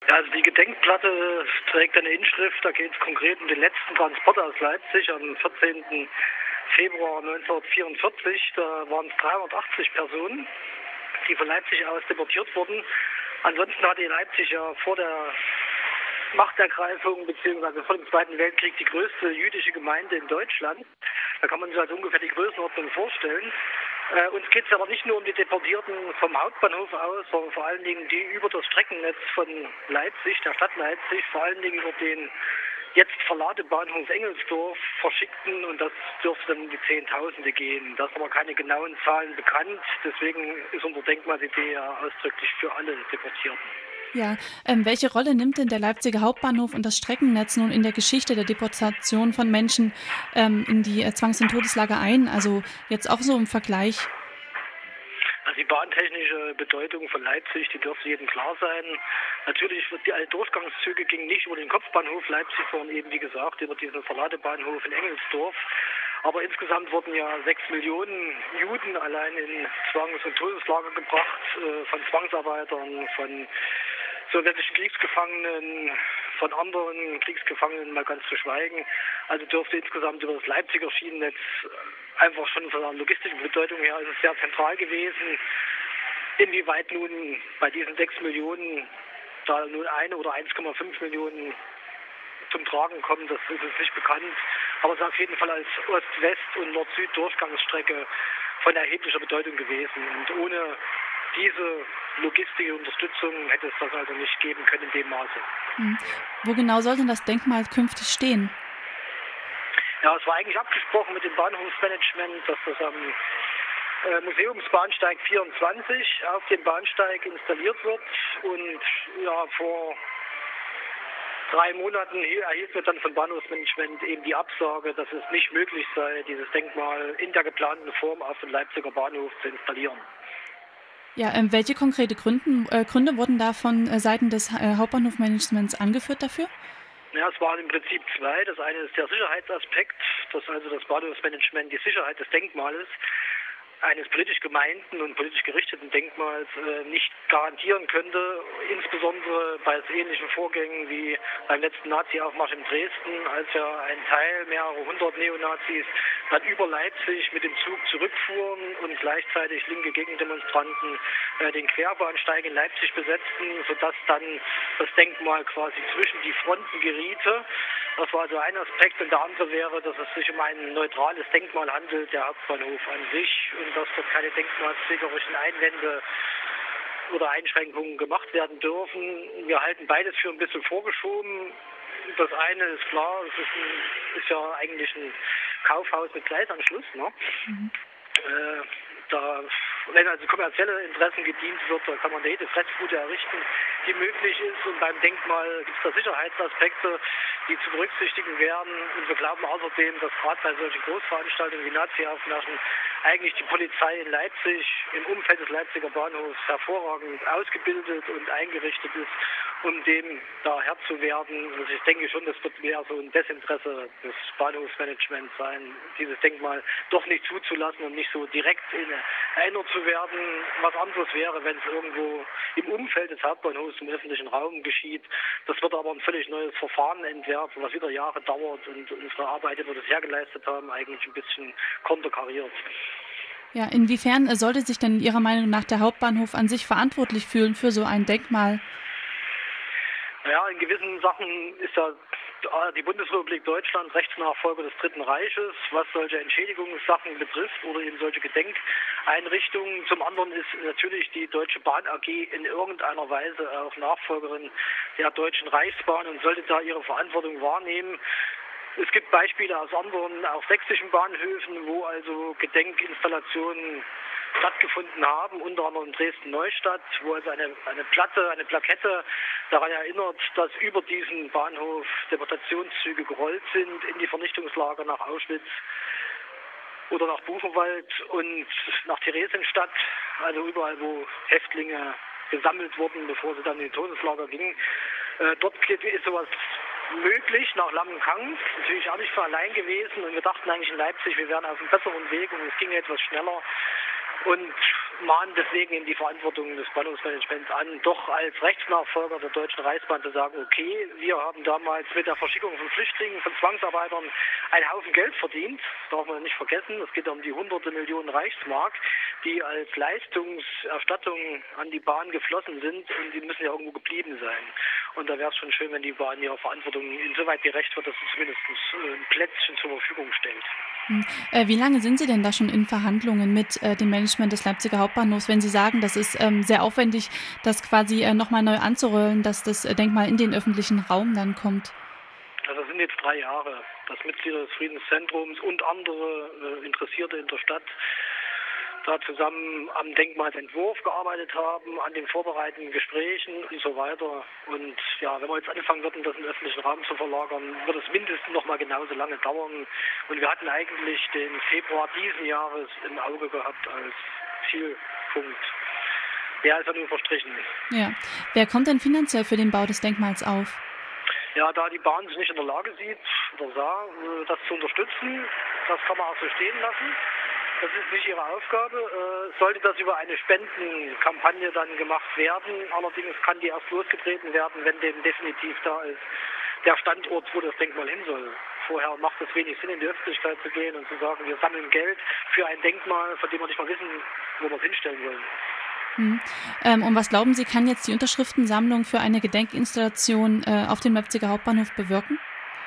Ja, also die Gedenkplatte trägt eine Inschrift, da geht es konkret um den letzten Transport aus Leipzig am 14. Februar 1944. Da waren es 380 Personen, die von Leipzig aus deportiert wurden. Ansonsten hatte Leipzig ja vor der Machtergreifung bzw. vor dem Zweiten Weltkrieg die größte jüdische Gemeinde in Deutschland. Da kann man sich also ungefähr die Größenordnung vorstellen. Uns geht es aber nicht nur um die Deportierten vom Hauptbahnhof aus, sondern vor allen Dingen die über das Streckennetz von Leipzig, der Stadt Leipzig, vor allen Dingen über den jetzt Verladebahnhof Engelsdorf verschickten, und das dürfte dann um die Zehntausende gehen. Da sind aber keine genauen Zahlen bekannt, deswegen ist unsere Denkmalidee ja ausdrücklich für alle Deportierten. Ja, welche Rolle nimmt denn der Leipziger Hauptbahnhof und das Streckennetz nun in der Geschichte der Deportation von Menschen in die Zwangs- und Todeslager ein? Also jetzt auch so im Vergleich. Also die bahntechnische Bedeutung von Leipzig, die dürfte jedem klar sein. Natürlich, alle Durchgangszüge gingen nicht über den Kopfbahnhof Leipzig, sondern eben, wie gesagt, über diesen Verladebahnhof in Engelsdorf. Aber insgesamt wurden ja 6 Millionen Juden allein in Zwangs- und Todeslager gebracht, von Zwangsarbeitern, von sowjetischen Kriegsgefangenen, von anderen Kriegsgefangenen mal ganz zu schweigen. Also dürfte insgesamt über das Leipziger Schienennetz einfach schon von der logistischen Bedeutung her ist es sehr zentral gewesen. Inwieweit nun bei diesen 6 Millionen da nun 1 oder 1,5 Millionen zum Tragen kommen, das ist uns nicht bekannt. Aber es ist auf jeden Fall als Ost-West- und Nord-Süd-Durchgangsstrecke von erheblicher Bedeutung gewesen. Und ohne diese logistische Unterstützung hätte es das also nicht geben können in dem Maße. Wo genau soll denn das Denkmal künftig stehen? Ja, es war eigentlich abgesprochen mit dem Bahnhofsmanagement, dass das am Museumsbahnsteig 24 auf dem Bahnsteig installiert wird. Und ja, vor 3 Monaten erhielten wir dann vom Bahnhofsmanagement eben die Absage, dass es nicht möglich sei, dieses Denkmal in der geplanten Form auf dem Leipziger Bahnhof zu installieren. Ja, welche konkrete Gründe wurden da von Seiten des Hauptbahnhofmanagements angeführt dafür? Ja, es waren im Prinzip 2. Das eine ist der Sicherheitsaspekt, dass also das Bahnhofsmanagement die Sicherheit des Denkmales, eines politisch gemeinten und politisch gerichteten Denkmals, nicht garantieren könnte, insbesondere bei ähnlichen Vorgängen wie beim letzten Nazi-Aufmarsch in Dresden, als ja ein Teil, mehrere hundert Neonazis, dann über Leipzig mit dem Zug zurückfuhren und gleichzeitig linke Gegendemonstranten den Querbahnsteig in Leipzig besetzten, sodass dann das Denkmal quasi zwischen die Fronten geriete. Das war also ein Aspekt, und der andere wäre, dass es sich um ein neutrales Denkmal handelt, der Hauptbahnhof an sich, und dass dort keine denkmalpflegerischen Einwände oder Einschränkungen gemacht werden dürfen. Wir halten beides für ein bisschen vorgeschoben. Das eine ist klar, es ist ja eigentlich ein Kaufhaus mit Gleisanschluss, ne? Wenn also kommerzielle Interessen gedient wird, da kann man jede Fressbude errichten, die möglich ist. Und beim Denkmal gibt es da Sicherheitsaspekte, die zu berücksichtigen werden. Und wir glauben außerdem, dass gerade bei solchen Großveranstaltungen wie Nazi-Aufmärschen eigentlich die Polizei in Leipzig im Umfeld des Leipziger Bahnhofs hervorragend ausgebildet und eingerichtet ist, um dem da Herr zu werden. Also ich denke schon, das wird mehr so ein Desinteresse des Bahnhofsmanagements sein, dieses Denkmal doch nicht zuzulassen und nicht so direkt erinnert zu werden. Was anderes wäre, wenn es irgendwo im Umfeld des Hauptbahnhofs im öffentlichen Raum geschieht. Das wird aber ein völlig neues Verfahren entwerfen, was wieder Jahre dauert und unsere Arbeit, die wir bisher geleistet haben, eigentlich ein bisschen konterkariert. Ja, inwiefern sollte sich denn Ihrer Meinung nach der Hauptbahnhof an sich verantwortlich fühlen für so ein Denkmal? Ja, in gewissen Sachen ist ja die Bundesrepublik Deutschland Rechtsnachfolger des Dritten Reiches, was solche Entschädigungssachen betrifft oder eben solche Gedenkeinrichtungen. Zum anderen ist natürlich die Deutsche Bahn AG in irgendeiner Weise auch Nachfolgerin der Deutschen Reichsbahn und sollte da ihre Verantwortung wahrnehmen. Es gibt Beispiele aus anderen, auch sächsischen Bahnhöfen, wo also Gedenkinstallationen stattgefunden haben, unter anderem in Dresden-Neustadt, wo also eine Plakette daran erinnert, dass über diesen Bahnhof Deportationszüge gerollt sind in die Vernichtungslager nach Auschwitz oder nach Buchenwald und nach Theresienstadt, also überall, wo Häftlinge gesammelt wurden, bevor sie dann in die Todeslager gingen. Dort ist sowas möglich nach Lammenkank, natürlich auch nicht für allein gewesen, und wir dachten eigentlich in Leipzig, wir wären auf einem besseren Weg und es ging etwas schneller. Und mahnen deswegen in die Verantwortung des Bahnhofsmanagements an, doch als Rechtsnachfolger der Deutschen Reichsbahn zu sagen, okay, wir haben damals mit der Verschickung von Flüchtlingen, von Zwangsarbeitern einen Haufen Geld verdient, das darf man nicht vergessen, es geht um die hunderte Millionen Reichsmark, die als Leistungserstattung an die Bahn geflossen sind und die müssen ja irgendwo geblieben sein. Und da wäre es schon schön, wenn die Bahn ihrer Verantwortung insoweit gerecht wird, dass sie zumindest ein Plätzchen zur Verfügung stellt. Wie lange sind Sie denn da schon in Verhandlungen mit dem Management des Leipziger Hauptbahnhofs, wenn Sie sagen, das ist sehr aufwendig, das quasi nochmal neu anzurollen, dass das Denkmal in den öffentlichen Raum dann kommt? Also das sind jetzt 3 Jahre, dass Mitglieder des Friedenszentrums und andere Interessierte in der Stadt da zusammen am Denkmalsentwurf gearbeitet haben, an den vorbereitenden Gesprächen und so weiter. Und ja, wenn wir jetzt anfangen würden, das in den öffentlichen Raum zu verlagern, wird es mindestens noch mal genauso lange dauern. Und wir hatten eigentlich den Februar diesen Jahres im Auge gehabt als Zielpunkt. Der ist ja nun verstrichen. Ja. Wer kommt denn finanziell für den Bau des Denkmals auf? Ja, da die Bahn sich nicht in der Lage sieht oder sah, das zu unterstützen, das kann man auch so stehen lassen. Das ist nicht ihre Aufgabe. Sollte das über eine Spendenkampagne dann gemacht werden, allerdings kann die erst losgetreten werden, wenn dem definitiv da ist der Standort, wo das Denkmal hin soll. Vorher macht es wenig Sinn, in die Öffentlichkeit zu gehen und zu sagen, wir sammeln Geld für ein Denkmal, von dem wir nicht mal wissen, wo wir es hinstellen wollen. Und was glauben Sie, kann jetzt die Unterschriftensammlung für eine Gedenkinstallation auf dem Leipziger Hauptbahnhof bewirken?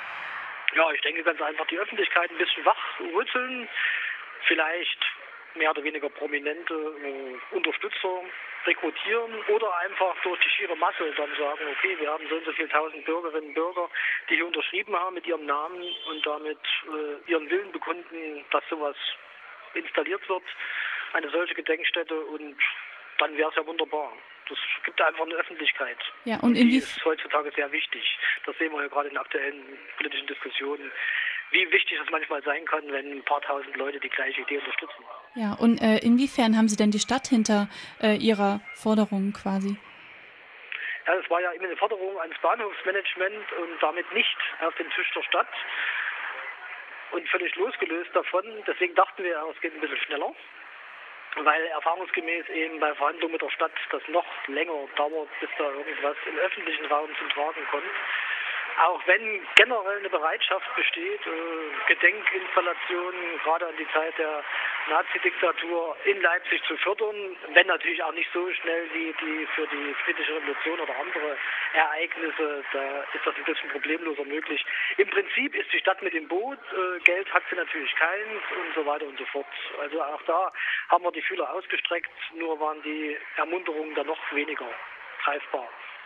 Ja, ich denke ganz einfach, die Öffentlichkeit ein bisschen wachrütteln, vielleicht mehr oder weniger prominente Unterstützer rekrutieren oder einfach durch die schiere Masse dann sagen, okay, wir haben so und so viele tausend Bürgerinnen und Bürger, die hier unterschrieben haben mit ihrem Namen und damit ihren Willen bekunden, dass sowas installiert wird, eine solche Gedenkstätte, und dann wäre es ja wunderbar. Das gibt einfach eine Öffentlichkeit. Ja, und die ist heutzutage sehr wichtig. Das sehen wir ja gerade in aktuellen politischen Diskussionen, wie wichtig es manchmal sein kann, wenn ein paar tausend Leute die gleiche Idee unterstützen. Ja, und inwiefern haben Sie denn die Stadt hinter Ihrer Forderung quasi? Ja, das war ja immer eine Forderung ans Bahnhofsmanagement und damit nicht auf den Tisch der Stadt und völlig losgelöst davon. Deswegen dachten wir, es geht ein bisschen schneller, weil erfahrungsgemäß eben bei Verhandlungen mit der Stadt das noch länger dauert, bis da irgendwas im öffentlichen Raum zum Tragen kommt. Auch wenn generell eine Bereitschaft besteht, Gedenkinstallationen gerade an die Zeit der Nazi-Diktatur in Leipzig zu fördern, wenn natürlich auch nicht so schnell wie die für die friedliche Revolution oder andere Ereignisse, da ist das ein bisschen problemloser möglich. Im Prinzip ist die Stadt mit dem Boot, Geld hat sie natürlich keins und so weiter und so fort. Also auch da haben wir die Fühler ausgestreckt, nur waren die Ermunterungen dann noch weniger greifbar.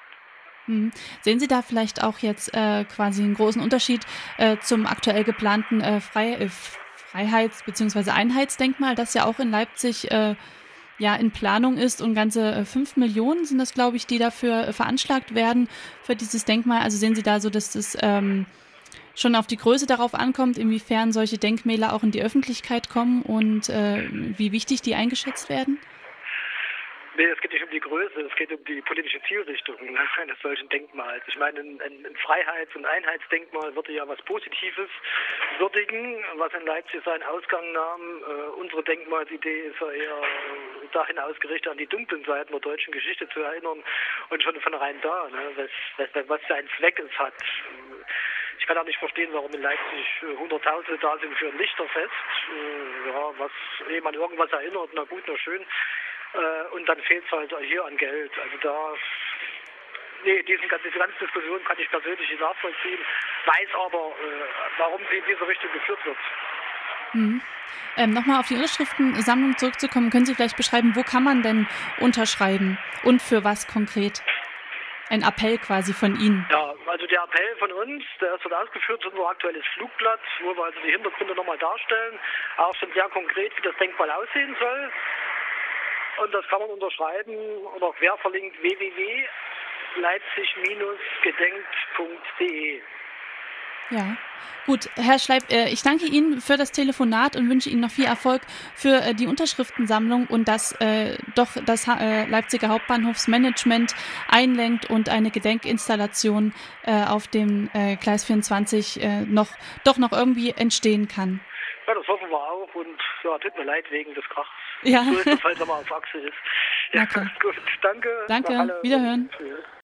Sehen Sie da vielleicht auch jetzt quasi einen großen Unterschied zum aktuell geplanten Freiheits- bzw. Einheitsdenkmal, das ja auch in Leipzig in Planung ist, und ganze 5 Millionen sind das, glaube ich, die dafür veranschlagt werden für dieses Denkmal. Also sehen Sie da so, dass das schon auf die Größe darauf ankommt, inwiefern solche Denkmäler auch in die Öffentlichkeit kommen und wie wichtig die eingeschätzt werden? Nee, es geht nicht um die Größe, es geht um die politische Zielrichtung eines solchen Denkmals. Ich meine, ein Freiheits- und Einheitsdenkmal würde ja was Positives würdigen, was in Leipzig seinen Ausgang nahm. Unsere Denkmalsidee ist ja eher dahin ausgerichtet, an die dunklen Seiten der deutschen Geschichte zu erinnern, und schon von rein da, ne, was für einen Zweck es hat. Ich kann auch nicht verstehen, warum in Leipzig Hunderttausende da sind für ein Lichterfest, was eben an irgendwas erinnert, na gut, na schön. Und dann fehlt es halt hier an Geld. Also diese ganze Diskussion kann ich persönlich nicht nachvollziehen, weiß aber, warum sie in diese Richtung geführt wird. Nochmal auf die Unterschriftensammlung zurückzukommen, können Sie vielleicht beschreiben, wo kann man denn unterschreiben und für was konkret? Ein Appell quasi von Ihnen. Ja, also der Appell von uns, der ist ausgeführt in unser aktuelles Flugblatt, wo wir also die Hintergründe nochmal darstellen, auch schon sehr konkret, wie das Denkmal aussehen soll. Und das kann man unterschreiben oder quer verlinkt www.leipzig-gedenkt.de. Ja, gut. Herr Schleib, ich danke Ihnen für das Telefonat und wünsche Ihnen noch viel Erfolg für die Unterschriftensammlung und dass das Leipziger Hauptbahnhofsmanagement einlenkt und eine Gedenkinstallation auf dem Gleis 24 noch irgendwie entstehen kann. Ja, das hoffen wir auch, und ja, tut mir leid wegen des Krachs. Ja. So ist es, falls er mal auf Achse ist. Ja, okay. gut, danke. Danke, wiederhören. Tschüss.